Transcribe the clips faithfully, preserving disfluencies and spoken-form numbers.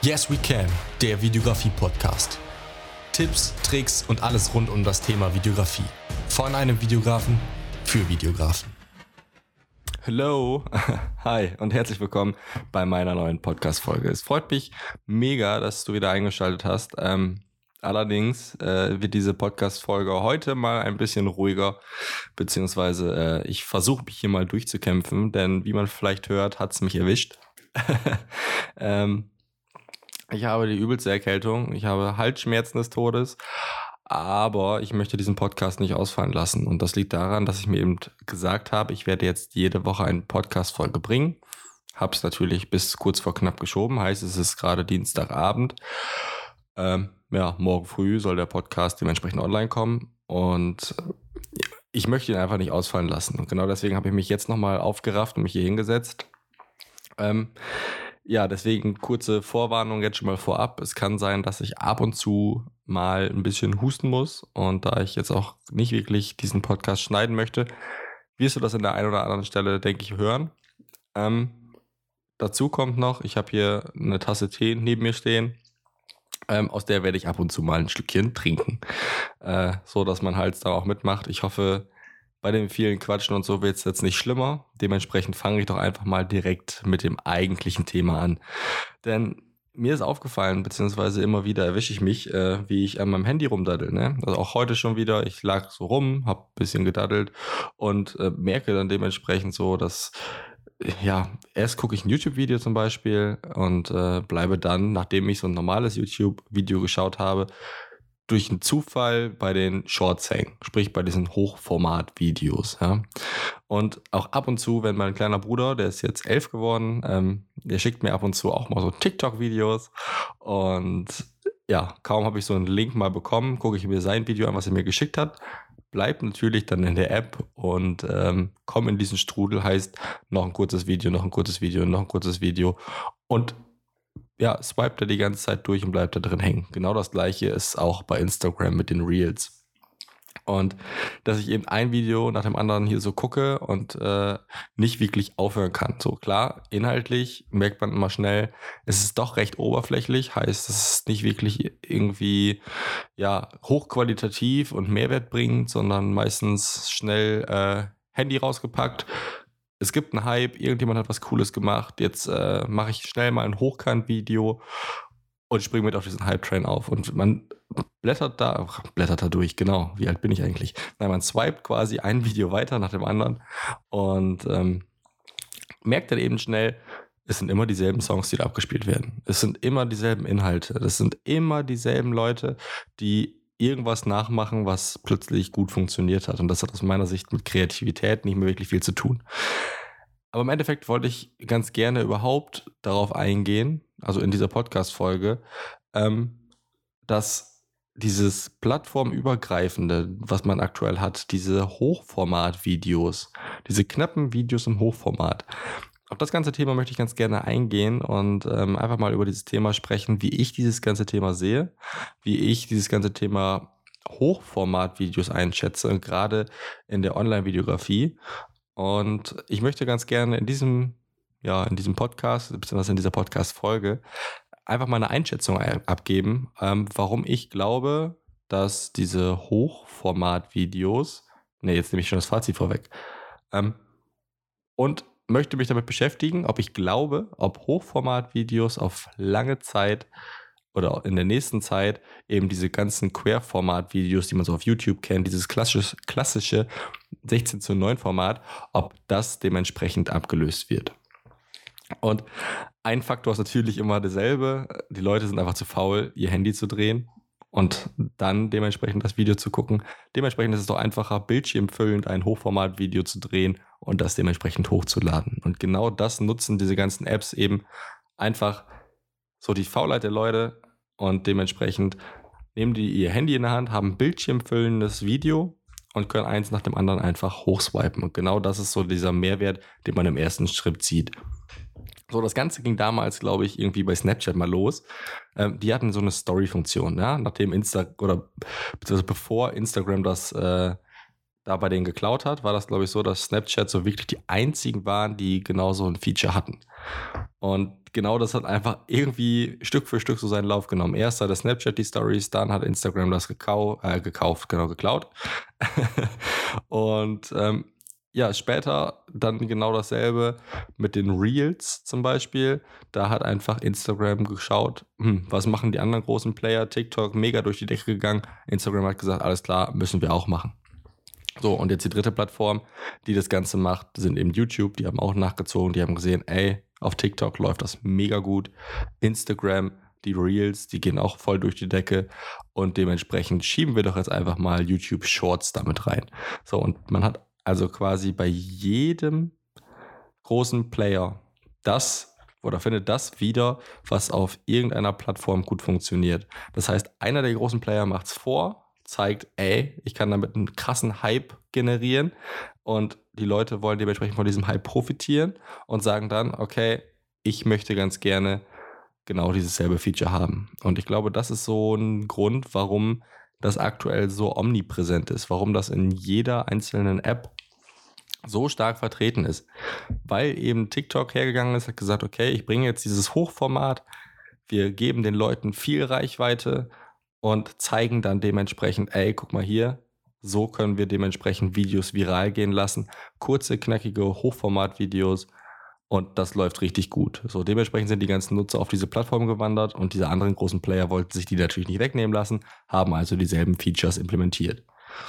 Yes We Can, der Videografie-Podcast. Tipps, Tricks und alles rund um das Thema Videografie. Von einem Videografen für Videografen. Hello, hi und herzlich willkommen bei meiner neuen Podcast-Folge. Es freut mich mega, dass du wieder eingeschaltet hast. Ähm, allerdings äh, wird diese Podcast-Folge heute mal ein bisschen ruhiger, beziehungsweise äh, ich versuche mich hier mal durchzukämpfen, denn wie man vielleicht hört, hat es mich erwischt. ähm, ich habe die übelste Erkältung, ich habe Halsschmerzen des Todes. Aber ich möchte diesen Podcast nicht ausfallen lassen. Und das liegt daran, dass ich mir eben gesagt habe, ich werde jetzt jede Woche eine Podcast-Folge bringen. Habe es natürlich bis kurz vor knapp geschoben. Heißt, es ist gerade Dienstagabend. Ähm, ja, morgen früh soll der Podcast dementsprechend online kommen. Und ich möchte ihn einfach nicht ausfallen lassen. Und genau deswegen habe ich mich jetzt nochmal aufgerafft und mich hier hingesetzt. Ähm, Ja, deswegen kurze Vorwarnung jetzt schon mal vorab. Es kann sein, dass ich ab und zu mal ein bisschen husten muss. Und da ich jetzt auch nicht wirklich diesen Podcast schneiden möchte, wirst du das an der einen oder anderen Stelle, denke ich, hören. Ähm, dazu kommt noch, ich habe hier eine Tasse Tee neben mir stehen. Ähm, aus der werde ich ab und zu mal ein Stückchen trinken. Äh, so, dass mein Hals da auch mitmacht. Ich hoffe, bei den vielen Quatschen und so wird es jetzt nicht schlimmer. Dementsprechend fange ich doch einfach mal direkt mit dem eigentlichen Thema an. Denn mir ist aufgefallen, beziehungsweise immer wieder erwische ich mich, äh, wie ich an meinem Handy rumdaddel. Ne? Also auch heute schon wieder, ich lag so rum, habe ein bisschen gedaddelt und äh, merke dann dementsprechend so, dass, ja, erst gucke ich ein YouTube-Video zum Beispiel und äh, bleibe dann, nachdem ich so ein normales YouTube-Video geschaut habe, durch einen Zufall bei den Shorts hängen, sprich bei diesen Hochformat-Videos. Ja. Und auch ab und zu, wenn mein kleiner Bruder, der ist jetzt elf geworden, ähm, der schickt mir ab und zu auch mal so TikTok-Videos. Und ja, kaum habe ich so einen Link mal bekommen, gucke ich mir sein Video an, was er mir geschickt hat, bleib natürlich dann in der App und ähm, komme in diesen Strudel, heißt noch ein kurzes Video, noch ein kurzes Video, noch ein kurzes Video und ja, swipet er die ganze Zeit durch und bleibt da drin hängen. Genau das gleiche ist auch bei Instagram mit den Reels. Und dass ich eben ein Video nach dem anderen hier so gucke und äh, nicht wirklich aufhören kann. So klar, inhaltlich merkt man immer schnell, es ist doch recht oberflächlich, heißt, es ist nicht wirklich irgendwie ja, hochqualitativ und Mehrwert bringend, sondern meistens schnell äh, Handy rausgepackt. Es gibt einen Hype, irgendjemand hat was Cooles gemacht, jetzt äh, mache ich schnell mal ein Hochkant-Video und springe mit auf diesen Hype-Train auf. Und man blättert da, ach, blättert da durch, genau, wie alt bin ich eigentlich? Nein, man swipet quasi ein Video weiter nach dem anderen und ähm, merkt dann eben schnell, es sind immer dieselben Songs, die da abgespielt werden. Es sind immer dieselben Inhalte. Das sind immer dieselben Leute, die irgendwas nachmachen, was plötzlich gut funktioniert hat. Und das hat aus meiner Sicht mit Kreativität nicht mehr wirklich viel zu tun. Aber im Endeffekt wollte ich ganz gerne überhaupt darauf eingehen, also in dieser Podcast-Folge, ähm, dass dieses plattformübergreifende, was man aktuell hat, diese Hochformat-Videos, diese knappen Videos im Hochformat, auf das ganze Thema möchte ich ganz gerne eingehen und ähm, einfach mal über dieses Thema sprechen, wie ich dieses ganze Thema sehe, wie ich dieses ganze Thema Hochformat-Videos einschätze, gerade in der Online-Videografie. Und ich möchte ganz gerne in diesem, ja, in diesem Podcast, beziehungsweise in dieser Podcast-Folge, einfach mal eine Einschätzung abgeben, ähm, warum ich glaube, dass diese Hochformat-Videos, ne, jetzt nehme ich schon das Fazit vorweg, ähm, und möchte mich damit beschäftigen, ob ich glaube, ob Hochformat-Videos auf lange Zeit oder in der nächsten Zeit eben diese ganzen Querformat-Videos, die man so auf YouTube kennt, dieses klassische, klassische sechzehn zu neun Format, ob das dementsprechend abgelöst wird. Und ein Faktor ist natürlich immer derselbe. Die Leute sind einfach zu faul, ihr Handy zu drehen und dann dementsprechend das Video zu gucken. Dementsprechend ist es doch einfacher, bildschirmfüllend ein Hochformat-Video zu drehen und das dementsprechend hochzuladen. Und genau das nutzen diese ganzen Apps eben einfach so die Faulheit der Leute und dementsprechend nehmen die ihr Handy in der Hand, haben ein bildschirmfüllendes Video und können eins nach dem anderen einfach hochswipen. Und genau das ist so dieser Mehrwert, den man im ersten Schritt sieht. So, das Ganze ging damals, glaube ich, irgendwie bei Snapchat mal los. Ähm, die hatten so eine Story-Funktion, ja, nachdem Insta oder beziehungsweise bevor Instagram das äh, da bei denen geklaut hat, war das, glaube ich, so, dass Snapchat so wirklich die einzigen waren, die genau so ein Feature hatten. Und genau das hat einfach irgendwie Stück für Stück so seinen Lauf genommen. Erst hatte Snapchat die Stories, dann hat Instagram das gekau äh, gekauft, genau, geklaut. Und ähm, ja, später dann genau dasselbe mit den Reels zum Beispiel. Da hat einfach Instagram geschaut, hm, was machen die anderen großen Player, TikTok mega durch die Decke gegangen. Instagram hat gesagt, alles klar, müssen wir auch machen. So, und jetzt die dritte Plattform, die das Ganze macht, sind eben YouTube. Die haben auch nachgezogen, die haben gesehen, ey, auf TikTok läuft das mega gut. Instagram, die Reels, die gehen auch voll durch die Decke. Und dementsprechend schieben wir doch jetzt einfach mal YouTube Shorts damit rein. So, und man hat also quasi bei jedem großen Player das oder findet das wieder, was auf irgendeiner Plattform gut funktioniert. Das heißt, einer der großen Player macht es vor, zeigt, ey, ich kann damit einen krassen Hype generieren und die Leute wollen dementsprechend von diesem Hype profitieren und sagen dann, okay, ich möchte ganz gerne genau dieses selbe Feature haben. Und ich glaube, das ist so ein Grund, warum das aktuell so omnipräsent ist, warum das in jeder einzelnen App so stark vertreten ist. Weil eben TikTok hergegangen ist, hat gesagt, okay, ich bringe jetzt dieses Hochformat, wir geben den Leuten viel Reichweite und zeigen dann dementsprechend, ey, guck mal hier, so können wir dementsprechend Videos viral gehen lassen. Kurze, knackige Hochformat-Videos und das läuft richtig gut. So, dementsprechend sind die ganzen Nutzer auf diese Plattform gewandert und diese anderen großen Player wollten sich die natürlich nicht wegnehmen lassen, haben also dieselben Features implementiert.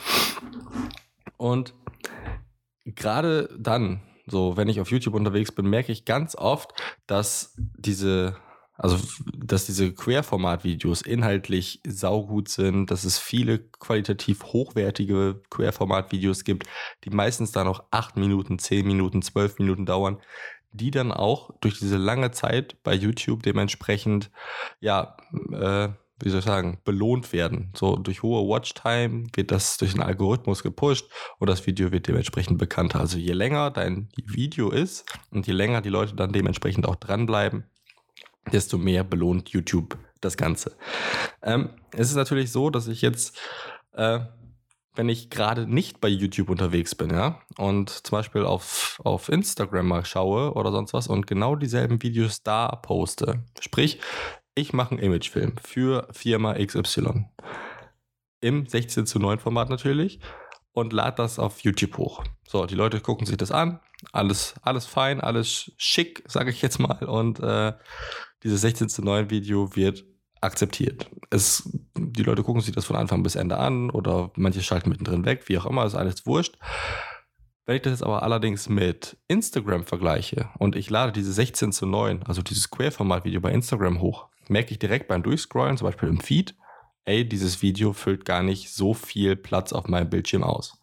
Und gerade dann, so wenn ich auf YouTube unterwegs bin, merke ich ganz oft, dass diese Also, dass diese Querformat-Videos inhaltlich saugut sind, dass es viele qualitativ hochwertige Querformat-Videos gibt, die meistens dann auch acht Minuten, zehn Minuten, zwölf Minuten dauern, die dann auch durch diese lange Zeit bei YouTube dementsprechend, ja, äh, wie soll ich sagen, belohnt werden. So durch hohe Watchtime wird das durch den Algorithmus gepusht und das Video wird dementsprechend bekannter. Also je länger dein Video ist und je länger die Leute dann dementsprechend auch dranbleiben, desto mehr belohnt YouTube das Ganze. Ähm, es ist natürlich so, dass ich jetzt, äh, wenn ich gerade nicht bei YouTube unterwegs bin, ja, und zum Beispiel auf, auf Instagram mal schaue oder sonst was und genau dieselben Videos da poste. Sprich, ich mache einen Imagefilm für Firma X Y. Im sechzehn zu neun Format natürlich und lade das auf YouTube hoch. So, die Leute gucken sich das an. Alles, alles fein, alles schick, sage ich jetzt mal. Und äh, dieses sechzehn zu neun Video wird akzeptiert. Es, die Leute gucken sich das von Anfang bis Ende an oder manche schalten mittendrin weg, wie auch immer, ist alles wurscht. Wenn ich das jetzt aber allerdings mit Instagram vergleiche und ich lade diese sechzehn zu neun, also dieses Querformat-Video bei Instagram hoch, merke ich direkt beim Durchscrollen, zum Beispiel im Feed, ey, dieses Video füllt gar nicht so viel Platz auf meinem Bildschirm aus.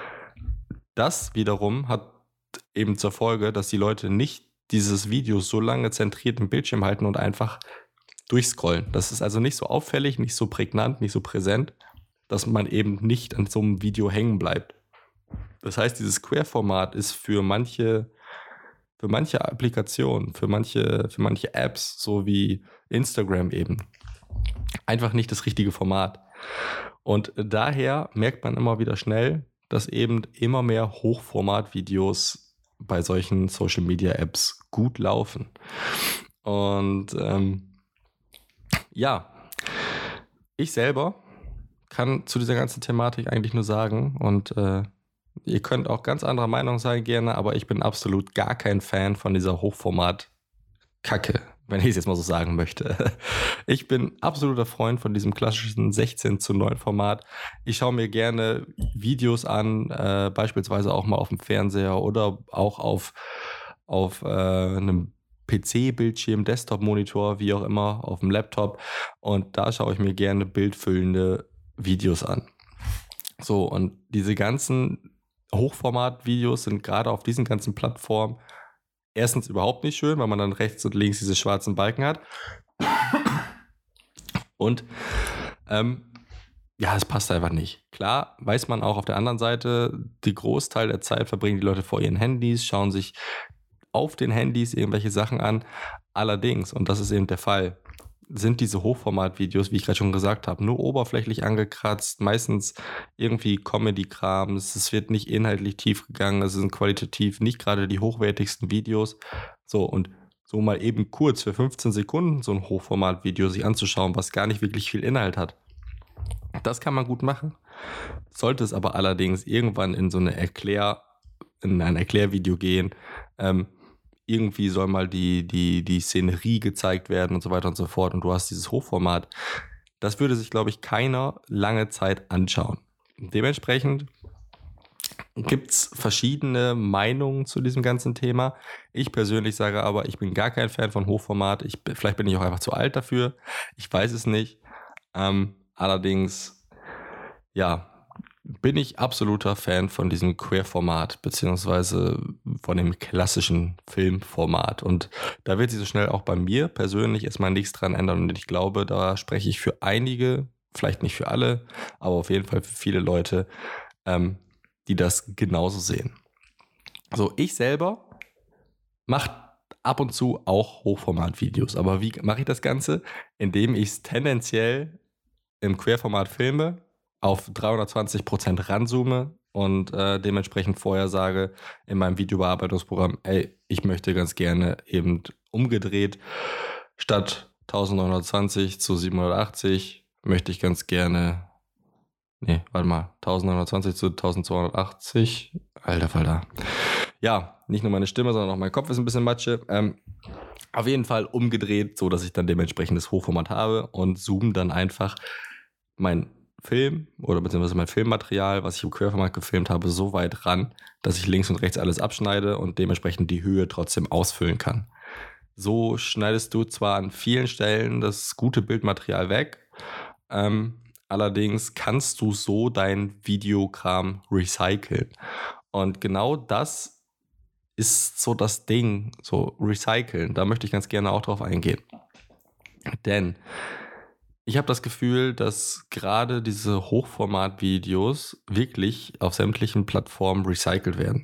Das wiederum hat eben zur Folge, dass die Leute nicht dieses Video so lange zentriert im Bildschirm halten und einfach durchscrollen. Das ist also nicht so auffällig, nicht so prägnant, nicht so präsent, dass man eben nicht an so einem Video hängen bleibt. Das heißt, dieses Querformat ist für manche, für manche Applikationen, für manche, für manche Apps, so wie Instagram eben, einfach nicht das richtige Format. Und daher merkt man immer wieder schnell, dass eben immer mehr Hochformat-Videos bei solchen Social-Media-Apps gut laufen. Und ähm, ja, ich selber kann zu dieser ganzen Thematik eigentlich nur sagen und äh, ihr könnt auch ganz anderer Meinung sein gerne, aber ich bin absolut gar kein Fan von dieser Hochformat-Kacke, wenn ich es jetzt mal so sagen möchte. Ich bin absoluter Freund von diesem klassischen sechzehn zu neun Format. Ich schaue mir gerne Videos an, äh, beispielsweise auch mal auf dem Fernseher oder auch auf, auf äh, einem P C-Bildschirm, Desktop-Monitor, wie auch immer, auf dem Laptop. Und da schaue ich mir gerne bildfüllende Videos an. So, und diese ganzen Hochformat-Videos sind gerade auf diesen ganzen Plattformen erstens überhaupt nicht schön, weil man dann rechts und links diese schwarzen Balken hat. Und ähm, ja, es passt einfach nicht. Klar, weiß man auch auf der anderen Seite, die Großteil der Zeit verbringen die Leute vor ihren Handys, schauen sich auf den Handys irgendwelche Sachen an. Allerdings, und das ist eben der Fall, sind diese Hochformat-Videos, wie ich gerade schon gesagt habe, nur oberflächlich angekratzt, meistens irgendwie Comedy-Krams, es wird nicht inhaltlich tief gegangen, es sind qualitativ nicht gerade die hochwertigsten Videos. So, und so mal eben kurz für fünfzehn Sekunden so ein Hochformat-Video sich anzuschauen, was gar nicht wirklich viel Inhalt hat. Das kann man gut machen. Sollte es aber allerdings irgendwann in so eine Erklär, in ein Erklärvideo gehen, ähm, irgendwie soll mal die, die, die Szenerie gezeigt werden und so weiter und so fort und du hast dieses Hochformat, das würde sich, glaube ich, keiner lange Zeit anschauen. Dementsprechend gibt es verschiedene Meinungen zu diesem ganzen Thema. Ich persönlich sage aber, ich bin gar kein Fan von Hochformat. Ich, vielleicht bin ich auch einfach zu alt dafür. Ich weiß es nicht. Ähm, allerdings, ja, bin ich absoluter Fan von diesem Querformat, beziehungsweise von dem klassischen Filmformat. Und da wird sich so schnell auch bei mir persönlich erstmal nichts dran ändern. Und ich glaube, da spreche ich für einige, vielleicht nicht für alle, aber auf jeden Fall für viele Leute, ähm, die das genauso sehen. So, ich selber mache ab und zu auch Hochformat-Videos. Aber wie mache ich das Ganze? Indem ich es tendenziell im Querformat filme, auf dreihundertzwanzig Prozent ranzoome und äh, dementsprechend vorher sage in meinem Videobearbeitungsprogramm, ey, ich möchte ganz gerne eben umgedreht statt neunzehnhundertzwanzig zu siebenhundertachtzig möchte ich ganz gerne, nee, warte mal, neunzehnhundertzwanzig zu zwölfhundertachtzig, alter Falter. Ja, nicht nur meine Stimme, sondern auch mein Kopf ist ein bisschen Matsche. Ähm, auf jeden Fall umgedreht, so dass ich dann dementsprechend das Hochformat habe und zoome dann einfach mein Film oder beziehungsweise mein Filmmaterial, was ich im Querformat gefilmt habe, so weit ran, dass ich links und rechts alles abschneide und dementsprechend die Höhe trotzdem ausfüllen kann. So schneidest du zwar an vielen Stellen das gute Bildmaterial weg, ähm, allerdings kannst du so dein Videokram recyceln. Und genau das ist so das Ding, so recyceln. Da möchte ich ganz gerne auch drauf eingehen. Denn ich habe das Gefühl, dass gerade diese Hochformat-Videos wirklich auf sämtlichen Plattformen recycelt werden.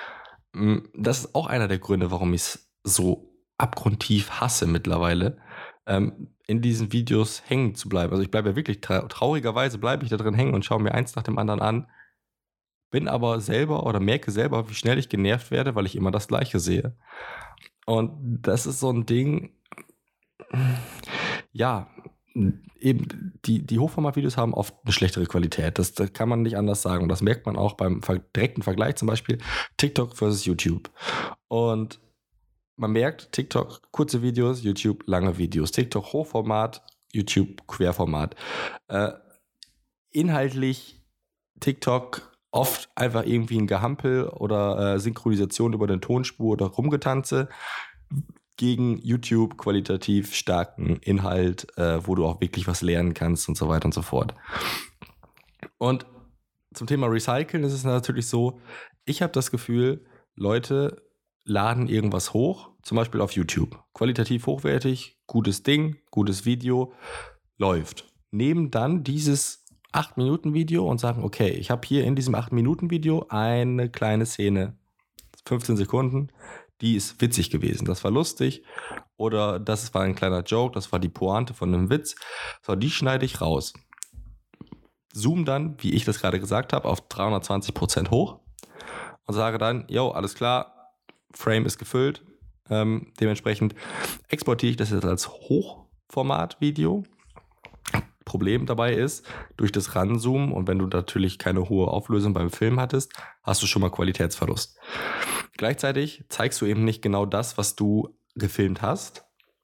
Das ist auch einer der Gründe, warum ich es so abgrundtief hasse mittlerweile, ähm, in diesen Videos hängen zu bleiben. Also ich bleibe ja wirklich, tra- traurigerweise bleibe ich da drin hängen und schaue mir eins nach dem anderen an, bin aber selber oder merke selber, wie schnell ich genervt werde, weil ich immer das Gleiche sehe. Und das ist so ein Ding, ja, eben, die, die Hochformat-Videos haben oft eine schlechtere Qualität. Das, das kann man nicht anders sagen. Und das merkt man auch beim ver- direkten Vergleich, zum Beispiel TikTok versus YouTube. Und man merkt, TikTok kurze Videos, YouTube lange Videos. TikTok Hochformat, YouTube Querformat. Äh, inhaltlich TikTok oft einfach irgendwie ein Gehampel oder äh, Synchronisation über den Tonspur oder Rumgetanze gegen YouTube qualitativ starken Inhalt, äh, wo du auch wirklich was lernen kannst und so weiter und so fort. Und zum Thema Recyceln ist es natürlich so, ich habe das Gefühl, Leute laden irgendwas hoch, zum Beispiel auf YouTube. Qualitativ hochwertig, gutes Ding, gutes Video, läuft. Nehmen dann dieses acht Minuten Video und sagen, okay, ich habe hier in diesem acht Minuten Video eine kleine Szene, fünfzehn Sekunden, die ist witzig gewesen, das war lustig oder das war ein kleiner Joke, das war die Pointe von einem Witz. So, die schneide ich raus. Zoom dann, wie ich das gerade gesagt habe, auf dreihundertzwanzig Prozent hoch und sage dann, yo, alles klar, Frame ist gefüllt. Ähm, dementsprechend exportiere ich das jetzt als Hochformat-Video. Problem dabei ist, durch das Ranzoomen und wenn du natürlich keine hohe Auflösung beim Film hattest, hast du schon mal Qualitätsverlust. Gleichzeitig zeigst du eben nicht genau das, was du gefilmt hast.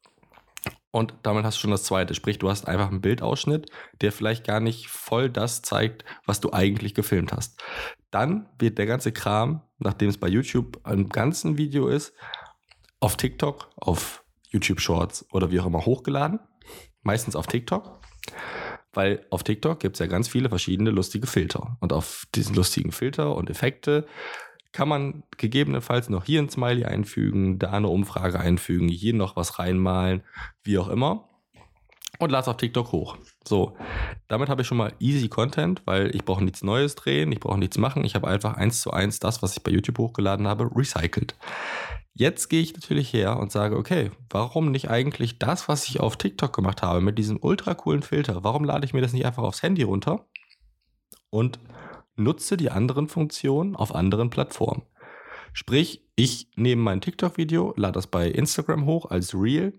Und damit hast du schon das Zweite. Sprich, du hast einfach einen Bildausschnitt, der vielleicht gar nicht voll das zeigt, was du eigentlich gefilmt hast. Dann wird der ganze Kram, nachdem es bei YouTube ein ganzen Video ist, auf TikTok, auf YouTube Shorts oder wie auch immer hochgeladen. Meistens auf TikTok. Weil auf TikTok gibt es ja ganz viele verschiedene lustige Filter. Und auf diesen lustigen Filter und Effekte kann man gegebenenfalls noch hier ein Smiley einfügen, da eine Umfrage einfügen, hier noch was reinmalen, wie auch immer. Und lade es auf TikTok hoch. So, damit habe ich schon mal easy Content, weil ich brauche nichts Neues drehen, ich brauche nichts machen. Ich habe einfach eins zu eins das, was ich bei YouTube hochgeladen habe, recycelt. Jetzt gehe ich natürlich her und sage, okay, warum nicht eigentlich das, was ich auf TikTok gemacht habe, mit diesem ultra coolen Filter, warum lade ich mir das nicht einfach aufs Handy runter und nutze die anderen Funktionen auf anderen Plattformen? Sprich, ich nehme mein TikTok-Video, lade das bei Instagram hoch als Reel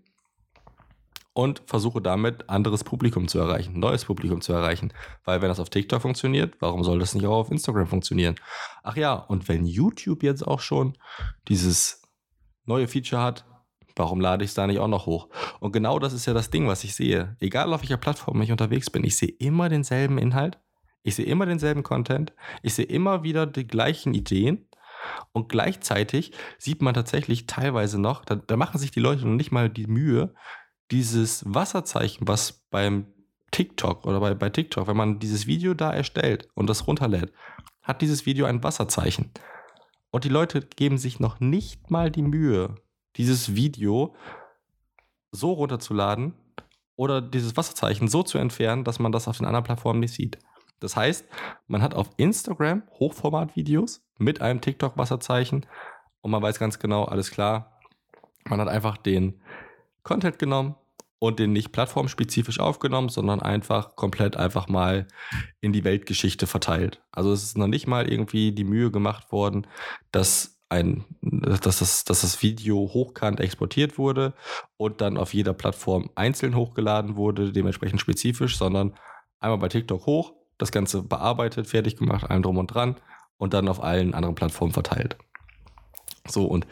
und versuche damit anderes Publikum zu erreichen, neues Publikum zu erreichen. Weil wenn das auf TikTok funktioniert, warum soll das nicht auch auf Instagram funktionieren? Ach ja, und wenn YouTube jetzt auch schon dieses neue Feature hat, warum lade ich es da nicht auch noch hoch? Und genau das ist ja das Ding, was ich sehe. Egal auf welcher Plattform ich unterwegs bin, ich sehe immer denselben Inhalt, ich sehe immer denselben Content, ich sehe immer wieder die gleichen Ideen und gleichzeitig sieht man tatsächlich teilweise noch, da, da machen sich die Leute noch nicht mal die Mühe, dieses Wasserzeichen, was beim TikTok oder bei, bei TikTok, wenn man dieses Video da erstellt und das runterlädt, hat dieses Video ein Wasserzeichen. Und die Leute geben sich noch nicht mal die Mühe, dieses Video so runterzuladen oder dieses Wasserzeichen so zu entfernen, dass man das auf den anderen Plattformen nicht sieht. Das heißt, man hat auf Instagram Hochformatvideos mit einem TikTok-Wasserzeichen und man weiß ganz genau, alles klar, man hat einfach den Content genommen und den nicht plattformspezifisch aufgenommen, sondern einfach komplett einfach mal in die Weltgeschichte verteilt. Also es ist noch nicht mal irgendwie die Mühe gemacht worden, dass, ein, dass, das, dass das Video hochkant exportiert wurde und dann auf jeder Plattform einzeln hochgeladen wurde, dementsprechend spezifisch, sondern einmal bei TikTok hoch, das Ganze bearbeitet, fertig gemacht, allem drum und dran und dann auf allen anderen Plattformen verteilt. So, und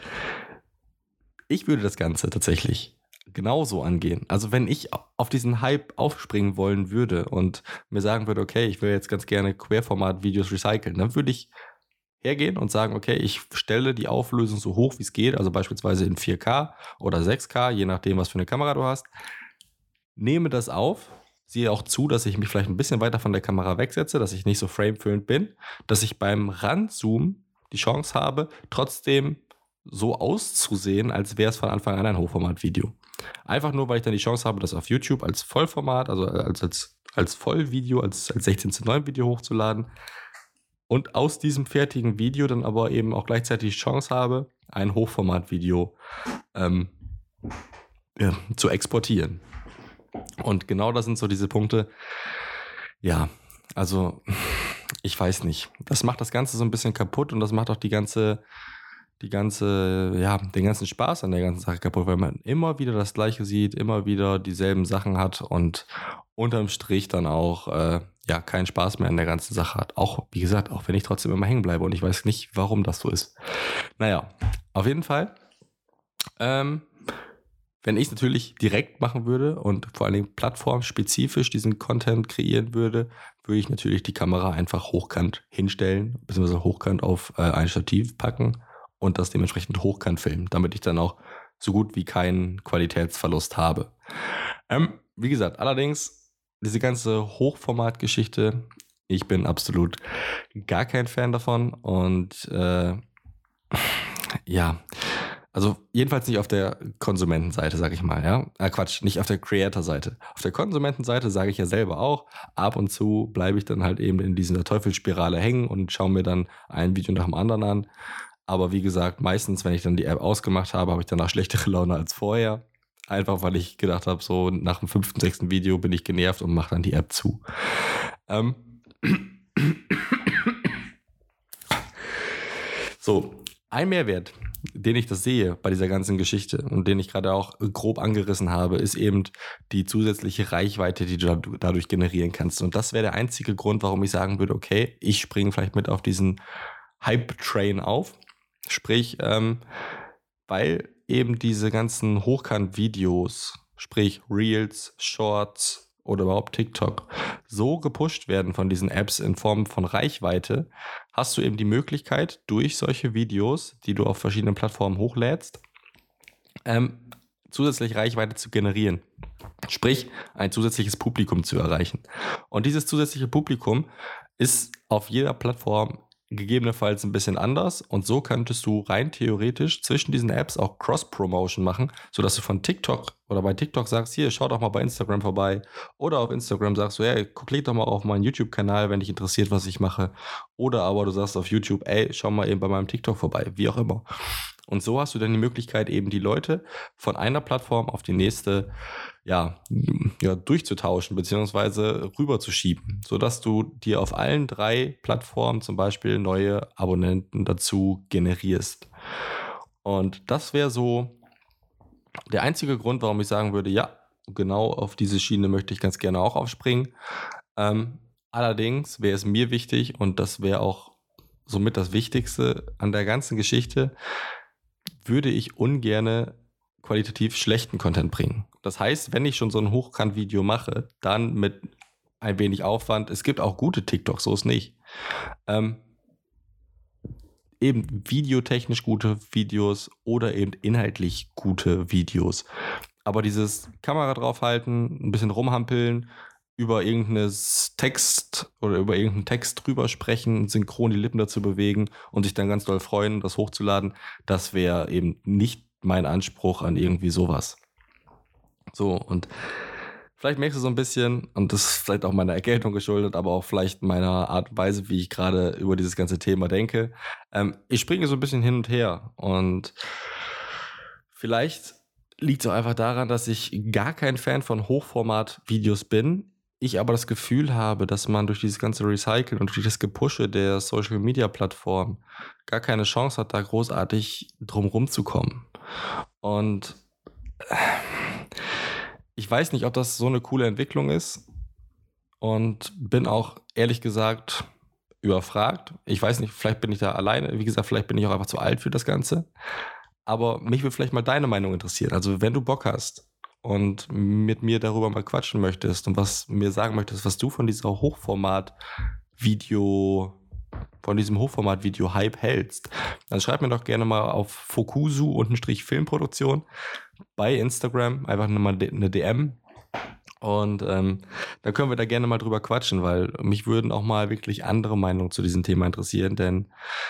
ich würde das Ganze tatsächlich genauso angehen. Also wenn ich auf diesen Hype aufspringen wollen würde und mir sagen würde, okay, ich will jetzt ganz gerne Querformat-Videos recyceln, dann würde ich hergehen und sagen, okay, ich stelle die Auflösung so hoch, wie es geht, also beispielsweise in vier K oder sechs K, je nachdem, was für eine Kamera du hast, nehme das auf, sehe auch zu, dass ich mich vielleicht ein bisschen weiter von der Kamera wegsetze, dass ich nicht so framefüllend bin, dass ich beim Ranzoomen die Chance habe, trotzdem so auszusehen, als wäre es von Anfang an ein Hochformat-Video. Einfach nur, weil ich dann die Chance habe, das auf YouTube als Vollformat, also als, als, als Vollvideo, als, als sechzehn zu neun Video hochzuladen und aus diesem fertigen Video dann aber eben auch gleichzeitig die Chance habe, ein Hochformat-Video ähm, ja, zu exportieren. Und genau das sind so diese Punkte, ja, also ich weiß nicht, das macht das Ganze so ein bisschen kaputt und das macht auch die ganze die ganze, ja, den ganzen Spaß an der ganzen Sache kaputt, weil man immer wieder das Gleiche sieht, immer wieder dieselben Sachen hat und unterm Strich dann auch, äh, ja, keinen Spaß mehr an der ganzen Sache hat. Auch, wie gesagt, auch wenn ich trotzdem immer hängen bleibe und ich weiß nicht, warum das so ist. Naja, auf jeden Fall, ähm, wenn ich es natürlich direkt machen würde und vor allen Dingen plattformspezifisch diesen Content kreieren würde, würde ich natürlich die Kamera einfach hochkant hinstellen, beziehungsweise hochkant auf äh, ein Stativ packen und das dementsprechend hochkant filmen, damit ich dann auch so gut wie keinen Qualitätsverlust habe. Ähm, wie gesagt, allerdings, diese ganze Hochformatgeschichte, ich bin absolut gar kein Fan davon und äh, ja, also jedenfalls nicht auf der Konsumentenseite, sage ich mal, ja. Äh, Quatsch, nicht auf der Creator-Seite. Auf der Konsumentenseite sage ich ja selber auch, ab und zu bleibe ich dann halt eben in dieser Teufelsspirale hängen und schaue mir dann ein Video nach dem anderen an. Aber wie gesagt, meistens, wenn ich dann die App ausgemacht habe, habe ich danach schlechtere Laune als vorher. Einfach, weil ich gedacht habe, so nach dem fünften, sechsten Video bin ich genervt und mache dann die App zu. Ähm. So, ein Mehrwert, den ich das sehe bei dieser ganzen Geschichte und den ich gerade auch grob angerissen habe, ist eben die zusätzliche Reichweite, die du dadurch generieren kannst. Und das wäre der einzige Grund, warum ich sagen würde, okay, ich springe vielleicht mit auf diesen Hype-Train auf. Sprich, ähm, weil eben diese ganzen Hochkant-Videos, sprich Reels, Shorts oder überhaupt TikTok, so gepusht werden von diesen Apps in Form von Reichweite, hast du eben die Möglichkeit, durch solche Videos, die du auf verschiedenen Plattformen hochlädst, ähm, zusätzlich Reichweite zu generieren. Sprich, ein zusätzliches Publikum zu erreichen. Und dieses zusätzliche Publikum ist auf jeder Plattform gegebenenfalls ein bisschen anders und so könntest du rein theoretisch zwischen diesen Apps auch Cross-Promotion machen, sodass du von TikTok oder bei TikTok sagst, hier, schau doch mal bei Instagram vorbei oder auf Instagram sagst du, hey, klick doch mal auf meinen YouTube-Kanal, wenn dich interessiert, was ich mache, oder aber du sagst auf YouTube, ey, schau mal eben bei meinem TikTok vorbei, wie auch immer. Und so hast du dann die Möglichkeit, eben die Leute von einer Plattform auf die nächste ja, ja, durchzutauschen beziehungsweise rüberzuschieben, sodass du dir auf allen drei Plattformen zum Beispiel neue Abonnenten dazu generierst. Und das wäre so der einzige Grund, warum ich sagen würde, ja, genau auf diese Schiene möchte ich ganz gerne auch aufspringen. Ähm, allerdings wäre es mir wichtig, und das wäre auch somit das Wichtigste an der ganzen Geschichte, würde ich ungerne qualitativ schlechten Content bringen. Das heißt, wenn ich schon so ein Hochkant-Video mache, dann mit ein wenig Aufwand. Es gibt auch gute TikToks, so ist nicht. Ähm, eben videotechnisch gute Videos oder eben inhaltlich gute Videos. Aber dieses Kamera draufhalten, ein bisschen rumhampeln, über irgendeinen Text oder über irgendeinen Text drüber sprechen, synchron die Lippen dazu bewegen und sich dann ganz doll freuen, das hochzuladen, das wäre eben nicht mein Anspruch an irgendwie sowas. So, und vielleicht merkst du so ein bisschen, und das ist vielleicht auch meiner Erkältung geschuldet, aber auch vielleicht meiner Art und Weise, wie ich gerade über dieses ganze Thema denke. Ähm, ich springe so ein bisschen hin und her und vielleicht liegt es auch einfach daran, dass ich gar kein Fan von Hochformat-Videos bin. Ich aber das Gefühl habe, dass man durch dieses ganze Recyceln und durch das Gepushe der Social-Media-Plattform gar keine Chance hat, da großartig drum rumzukommen. Und ich weiß nicht, ob das so eine coole Entwicklung ist und bin auch ehrlich gesagt überfragt. Ich weiß nicht, vielleicht bin ich da alleine. Wie gesagt, vielleicht bin ich auch einfach zu alt für das Ganze. Aber mich würde vielleicht mal deine Meinung interessieren. Also wenn du Bock hast und mit mir darüber mal quatschen möchtest und was mir sagen möchtest, was du von dieser Hochformat-Video, von diesem Hochformat-Video-Hype hältst, dann schreib mir doch gerne mal auf Fokusu-Filmproduktion bei Instagram, einfach mal eine D M. Und ähm, da können wir da gerne mal drüber quatschen, weil mich würden auch mal wirklich andere Meinungen zu diesem Thema interessieren, denn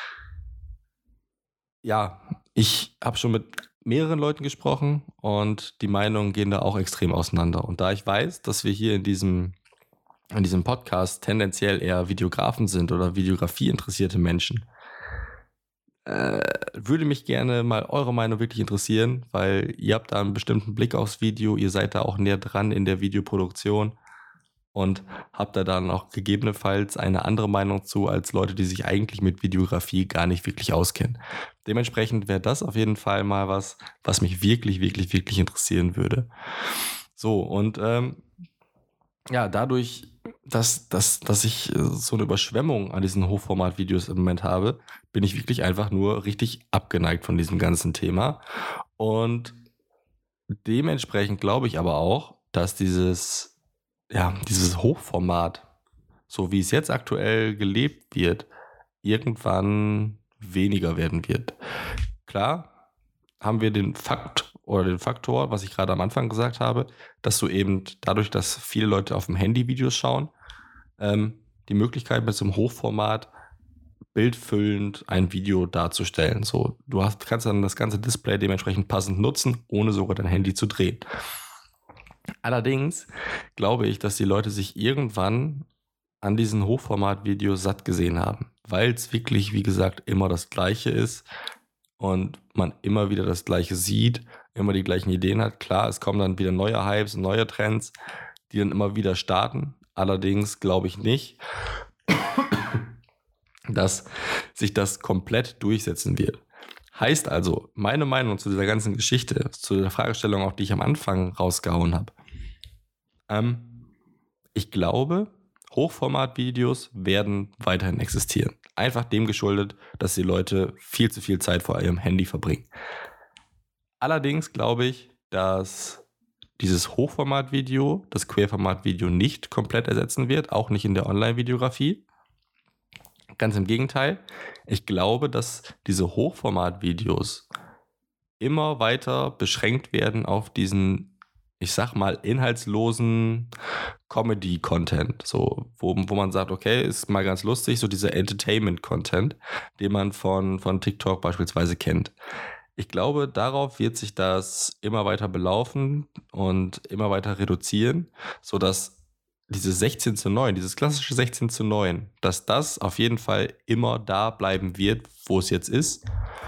ja, ich habe schon mit mehreren Leuten gesprochen und die Meinungen gehen da auch extrem auseinander. Und da ich weiß, dass wir hier in diesem, in diesem Podcast tendenziell eher Videografen sind oder Videografie interessierte Menschen, äh, würde mich gerne mal eure Meinung wirklich interessieren, weil ihr habt da einen bestimmten Blick aufs Video, ihr seid da auch näher dran in der Videoproduktion und habt da dann auch gegebenenfalls eine andere Meinung zu als Leute, die sich eigentlich mit Videografie gar nicht wirklich auskennen. Dementsprechend wäre das auf jeden Fall mal was, was mich wirklich, wirklich, wirklich interessieren würde. So, und ähm, ja, dadurch, dass, dass, dass ich so eine Überschwemmung an diesen Hochformat-Videos im Moment habe, bin ich wirklich einfach nur richtig abgeneigt von diesem ganzen Thema. Und dementsprechend glaube ich aber auch, dass dieses ja, dieses Hochformat, so wie es jetzt aktuell gelebt wird, irgendwann weniger werden wird. Klar haben wir den Fakt oder den Faktor, was ich gerade am Anfang gesagt habe, dass du eben dadurch, dass viele Leute auf dem Handy Videos schauen, ähm, die Möglichkeit mit so einem Hochformat bildfüllend ein Video darzustellen. So, du hast, kannst dann das ganze Display dementsprechend passend nutzen, ohne sogar dein Handy zu drehen. Allerdings glaube ich, dass die Leute sich irgendwann an diesen Hochformat-Videos satt gesehen haben, weil es wirklich, wie gesagt, immer das Gleiche ist und man immer wieder das Gleiche sieht, immer die gleichen Ideen hat. Klar, es kommen dann wieder neue Hypes, neue Trends, die dann immer wieder starten. Allerdings glaube ich nicht, dass sich das komplett durchsetzen wird. Heißt also, meine Meinung zu dieser ganzen Geschichte, zu der Fragestellung auch, die ich am Anfang rausgehauen habe. Ähm, ich glaube, Hochformat-Videos werden weiterhin existieren. Einfach dem geschuldet, dass die Leute viel zu viel Zeit vor ihrem Handy verbringen. Allerdings glaube ich, dass dieses Hochformat-Video das Querformat-Video nicht komplett ersetzen wird, auch nicht in der Online-Videografie. Ganz im Gegenteil, ich glaube, dass diese Hochformat-Videos immer weiter beschränkt werden auf diesen, ich sag mal, inhaltslosen Comedy-Content, so, wo, wo man sagt, okay, ist mal ganz lustig, so dieser Entertainment-Content, den man von, von TikTok beispielsweise kennt. Ich glaube, darauf wird sich das immer weiter belaufen und immer weiter reduzieren, sodass dieses sechzehn zu neun, dieses klassische sechzehn zu neun, dass das auf jeden Fall immer da bleiben wird, wo es jetzt ist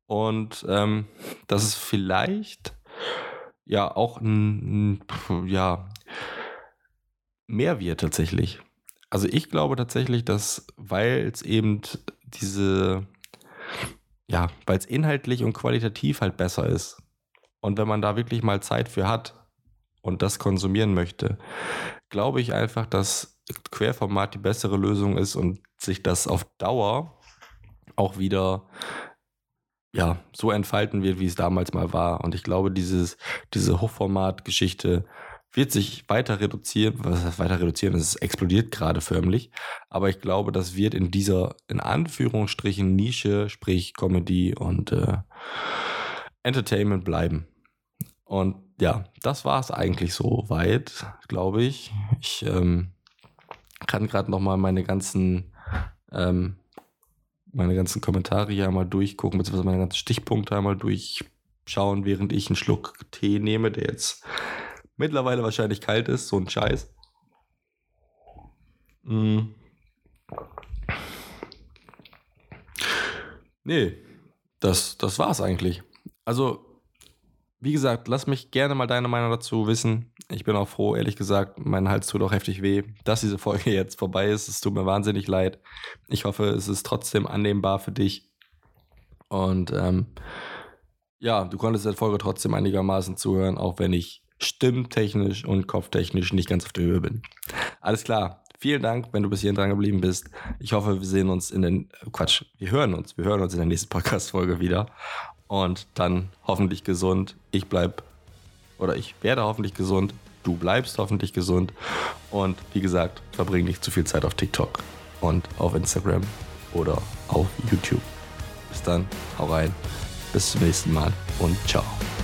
Und ähm, das ist vielleicht ja auch ein, ein ja, mehr wird tatsächlich. Also ich glaube tatsächlich, dass, weil es eben diese, ja, weil es inhaltlich und qualitativ halt besser ist. Und wenn man da wirklich mal Zeit für hat und das konsumieren möchte, glaube ich einfach, dass Querformat die bessere Lösung ist und sich das auf Dauer auch wieder ja, so entfalten wird, wie es damals mal war. Und ich glaube, dieses, diese Hochformat-Geschichte wird sich weiter reduzieren. Was heißt weiter reduzieren? Es explodiert gerade förmlich. Aber ich glaube, das wird in dieser, in Anführungsstrichen, Nische, sprich Comedy und äh, Entertainment bleiben. Und ja, das war es eigentlich so weit, glaube ich. Ich ähm, kann gerade noch mal meine ganzen ähm, meine ganzen Kommentare hier einmal durchgucken, beziehungsweise meine ganzen Stichpunkte einmal durchschauen, während ich einen Schluck Tee nehme, der jetzt mittlerweile wahrscheinlich kalt ist, so ein Scheiß. Mm. Nee, das, das war's eigentlich. Also, wie gesagt, lass mich gerne mal deine Meinung dazu wissen. Ich bin auch froh, ehrlich gesagt, mein Hals tut auch heftig weh, dass diese Folge jetzt vorbei ist. Es tut mir wahnsinnig leid. Ich hoffe, es ist trotzdem annehmbar für dich. Und ähm, ja, du konntest der Folge trotzdem einigermaßen zuhören, auch wenn ich stimmtechnisch und kopftechnisch nicht ganz auf der Höhe bin. Alles klar. Vielen Dank, wenn du bis hierhin dran geblieben bist. Ich hoffe, wir sehen uns in den, Quatsch, wir hören uns, wir hören uns in der nächsten Podcast-Folge wieder. Und dann hoffentlich gesund. Ich bleib, oder ich werde hoffentlich gesund. Du bleibst hoffentlich gesund. Und wie gesagt, verbring nicht zu viel Zeit auf TikTok und auf Instagram oder auf YouTube. Bis dann, hau rein. Bis zum nächsten Mal und ciao.